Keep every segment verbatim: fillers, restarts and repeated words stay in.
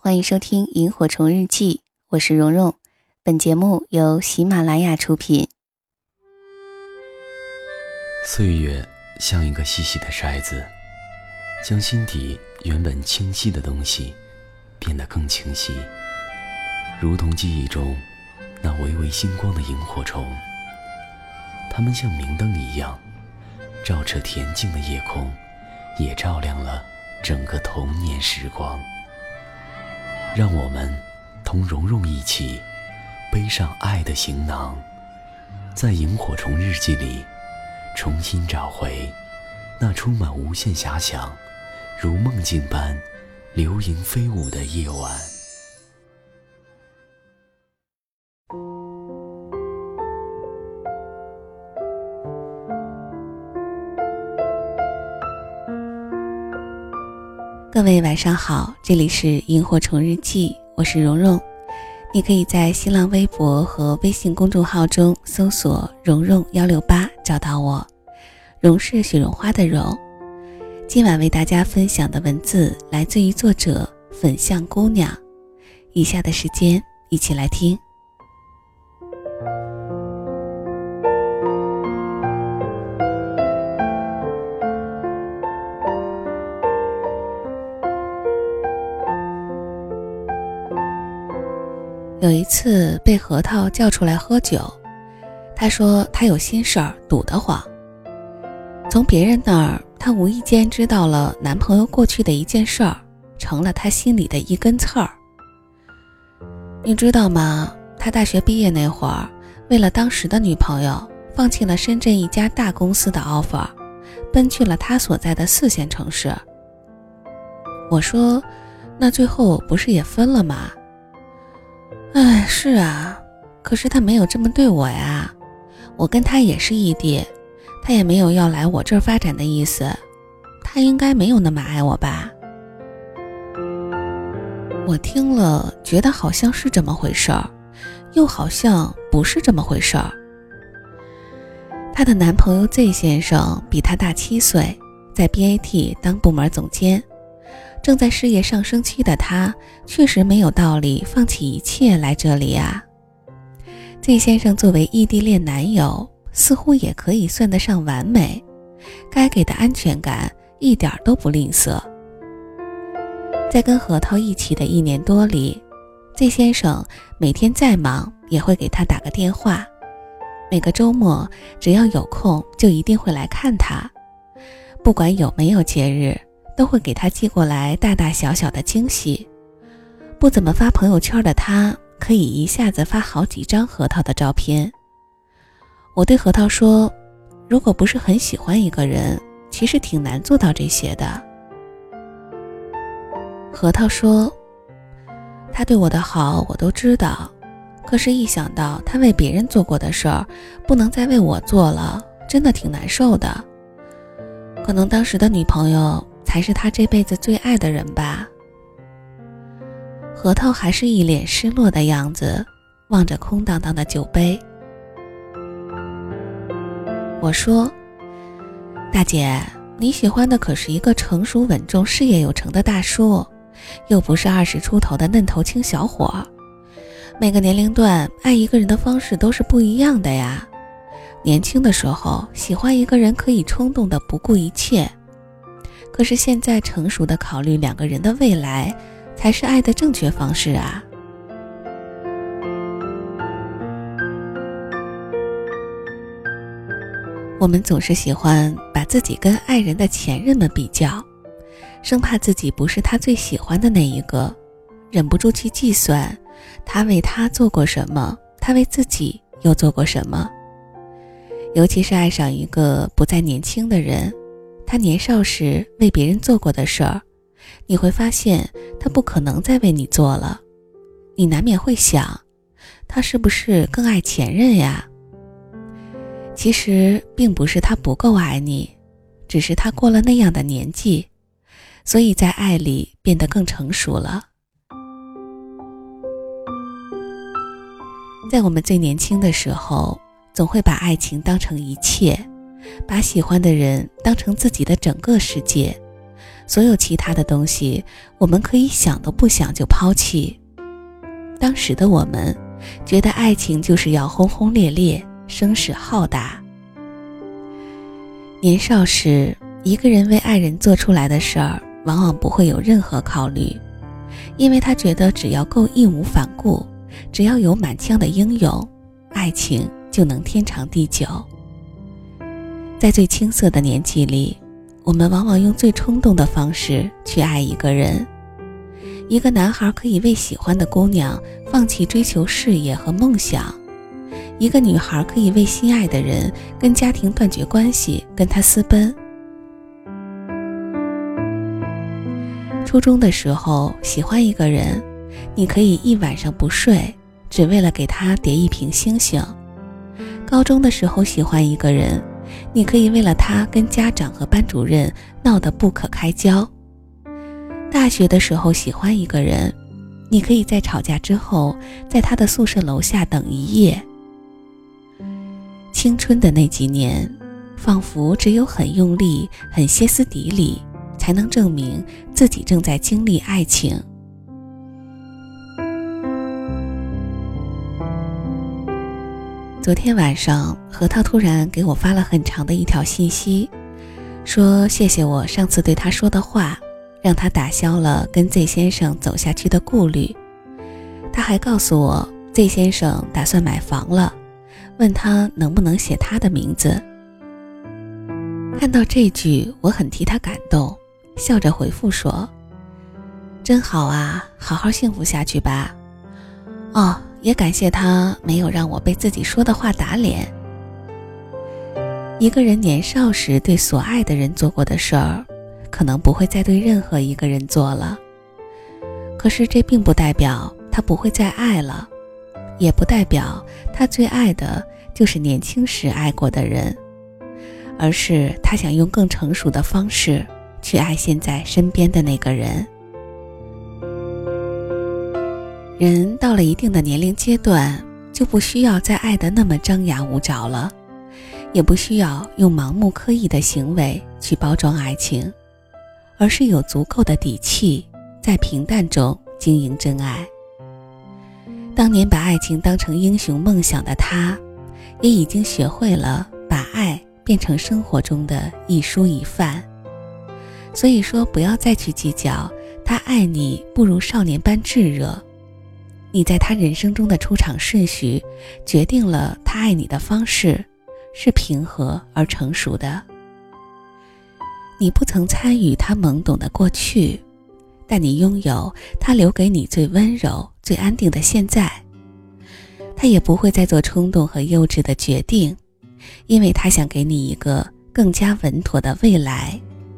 欢迎收听《萤火虫日记》，我是蓉蓉。本节目由喜马拉雅出品。 岁月像一个细细的筛子，将心底原本清晰的东西变得更清晰，如同记忆中那微微星光的萤火虫，它们像明灯一样，照彻恬静的夜空，也照亮了整个童年时光。让我们同蓉蓉一起背上爱的行囊，在萤火虫日记里重新找回那充满无限遐想，如梦境般流萤飞舞的夜晚。 各位晚上好，这里是萤火虫日记，我是蓉蓉。你可以在新浪微博和微信公众号中搜索蓉蓉一六八找到我，蓉是雪绒花的蓉。今晚为大家分享的文字来自于作者粉象姑娘，以下的时间一起来听。有一次被核桃叫出来喝酒，他说他有心事儿，堵得慌。从别人那儿，他无意间知道了男朋友过去的一件事儿，成了他心里的一根刺儿。你知道吗？他大学毕业那会儿，为了当时的女朋友，放弃了深圳一家大公司的 offer， 奔去了他所在的四线城市。我说，那最后不是也分了吗？哎，是啊，可是他没有这么对我呀，我跟他也是异地，他也没有要来我这儿发展的意思，他应该没有那么爱我吧。我听了觉得好像是这么回事儿，又好像不是这么回事儿。她的男朋友 Z 先生比她大七岁，在 B A T 当部门总监，正在事业上升期的他确实没有道理放弃一切来这里啊。Z 先生作为异地恋男友，似乎也可以算得上完美，该给的安全感一点都不吝啬。在跟核桃一起的一年多里， Z 先生每天再忙也会给他打个电话，每个周末只要有空就一定会来看他，不管有没有节日都会给他寄过来大大小小的惊喜。不怎么发朋友圈的他，可以一下子发好几张核桃的照片。我对核桃说，如果不是很喜欢一个人，其实挺难做到这些的。核桃说，他对我的好我都知道，可是一想到他为别人做过的事儿不能再为我做了，真的挺难受的。可能当时的女朋友才是他这辈子最爱的人吧。核桃还是一脸失落的样子，望着空荡荡的酒杯。我说，大姐，你喜欢的可是一个成熟稳重事业有成的大叔，又不是二十出头的嫩头青小伙。每个年龄段爱一个人的方式都是不一样的呀。年轻的时候喜欢一个人可以冲动的不顾一切，可是现在成熟的考虑两个人的未来，才是爱的正确方式啊。我们总是喜欢把自己跟爱人的前任们比较，生怕自己不是他最喜欢的那一个，忍不住去计算他为他做过什么，他为自己又做过什么。尤其是爱上一个不再年轻的人，他年少时为别人做过的事儿，你会发现他不可能再为你做了。你难免会想，他是不是更爱前任呀？其实并不是他不够爱你，只是他过了那样的年纪，所以在爱里变得更成熟了。在我们最年轻的时候，总会把爱情当成一切，把喜欢的人当成自己的整个世界， 所有其他的东西我们可以想都不想就抛弃。当时的我们觉得爱情就是要轰轰烈烈，声势浩大。年少时，一个人为爱人做出来的事儿往往不会有任何考虑，因为他觉得只要够义无反顾，只要有满腔的英勇，爱情就能天长地久。在最青涩的年纪里，我们往往用最冲动的方式去爱一个人。一个男孩可以为喜欢的姑娘放弃追求事业和梦想，一个女孩可以为心爱的人跟家庭断绝关系，跟他私奔。初中的时候喜欢一个人，你可以一晚上不睡，只为了给他叠一瓶星星。高中的时候喜欢一个人，你可以为了他跟家长和班主任闹得不可开交。大学的时候喜欢一个人，你可以在吵架之后在他的宿舍楼下等一夜。青春的那几年，仿佛只有很用力，很歇斯底里，才能证明自己正在经历爱情。昨天晚上，核桃突然给我发了很长的一条信息，说谢谢我上次对他说的话，让他打消了跟 Z 先生走下去的顾虑。他还告诉我 Z 先生打算买房了，问他能不能写他的名字。看到这句，我很替他感动，笑着回复说，真好啊，好好幸福下去吧。哦，也感谢他没有让我被自己说的话打脸。一个人年少时对所爱的人做过的事儿，可能不会再对任何一个人做了。可是这并不代表他不会再爱了，也不代表他最爱的就是年轻时爱过的人，而是他想用更成熟的方式去爱现在身边的那个人。人到了一定的年龄阶段，就不需要再爱得那么张牙舞爪了，也不需要用盲目刻意的行为去包装爱情，而是有足够的底气，在平淡中经营真爱。当年把爱情当成英雄梦想的他，也已经学会了把爱变成生活中的一蔬一饭。所以说，不要再去计较他爱你不如少年般炙热，你在他人生中的出场顺序，决定了他爱你的方式是平和而成熟的。你不曾参与他懵懂的过去，但你拥有他留给你最温柔、最安定的现在。他也不会再做冲动和幼稚的决定，因为他想给你一个更加稳妥的未来。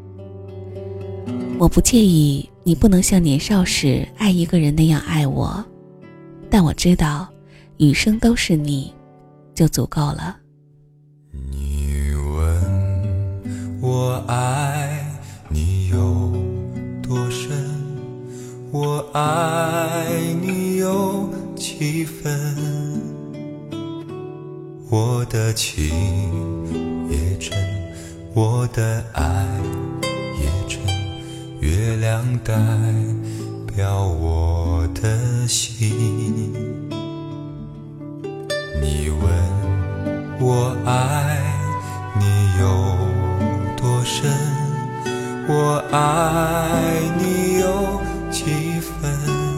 我不介意你不能像年少时爱一个人那样爱我，但我知道余生都是你就足够了。 你问我爱你有多深，我爱你有几分，我的情也真，我的爱也真，月亮代表我的心。你问我爱你有多深，我爱你有几分，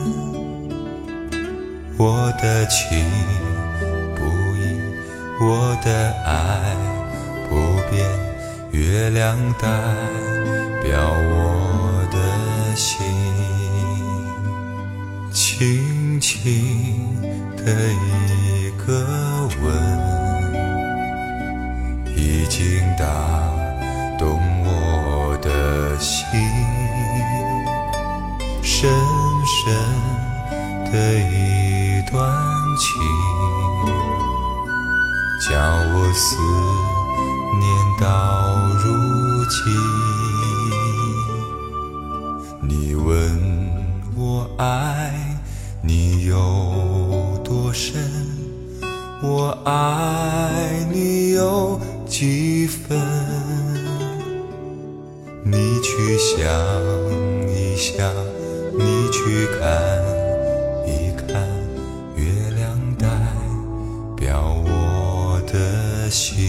我的情不移，我的爱不变，月亮代表我的心。轻轻的一个吻，已经打动我的心，深深的一段情，叫我思念到如今。你问我爱你有多深，我爱你有几分， 你去想一想，你去看一看，月亮代表我的心。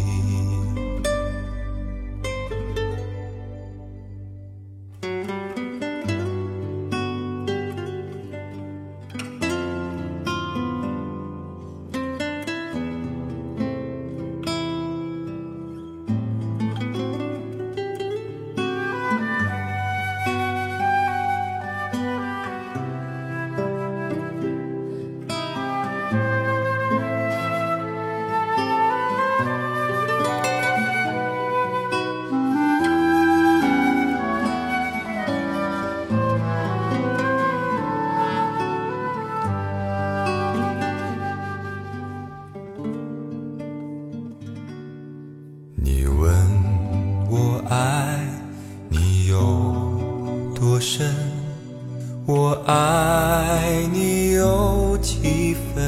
你问我爱你有多深，我爱你有几分，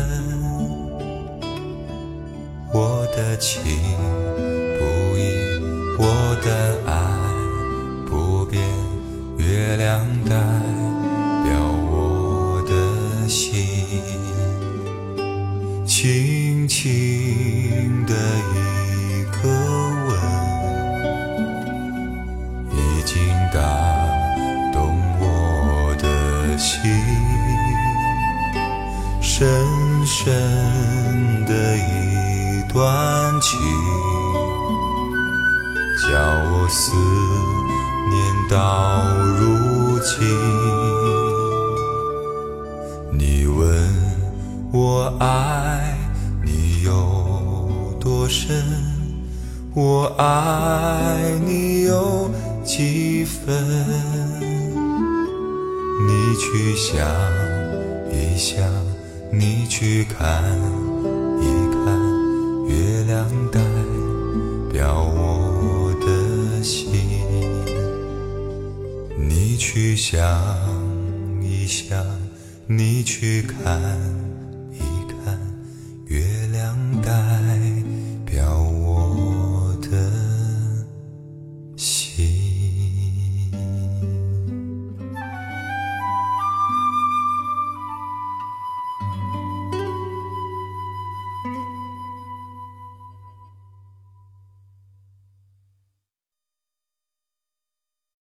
我的情不移，我的爱不变，月亮代表我的心，轻轻的一个吻，已经打动我的心，深深的一段情，叫我思念到如今。你问我爱你有多深，我爱你有几分，你去想一想，你去看一看，月亮代表我的心，你去想一想，你去看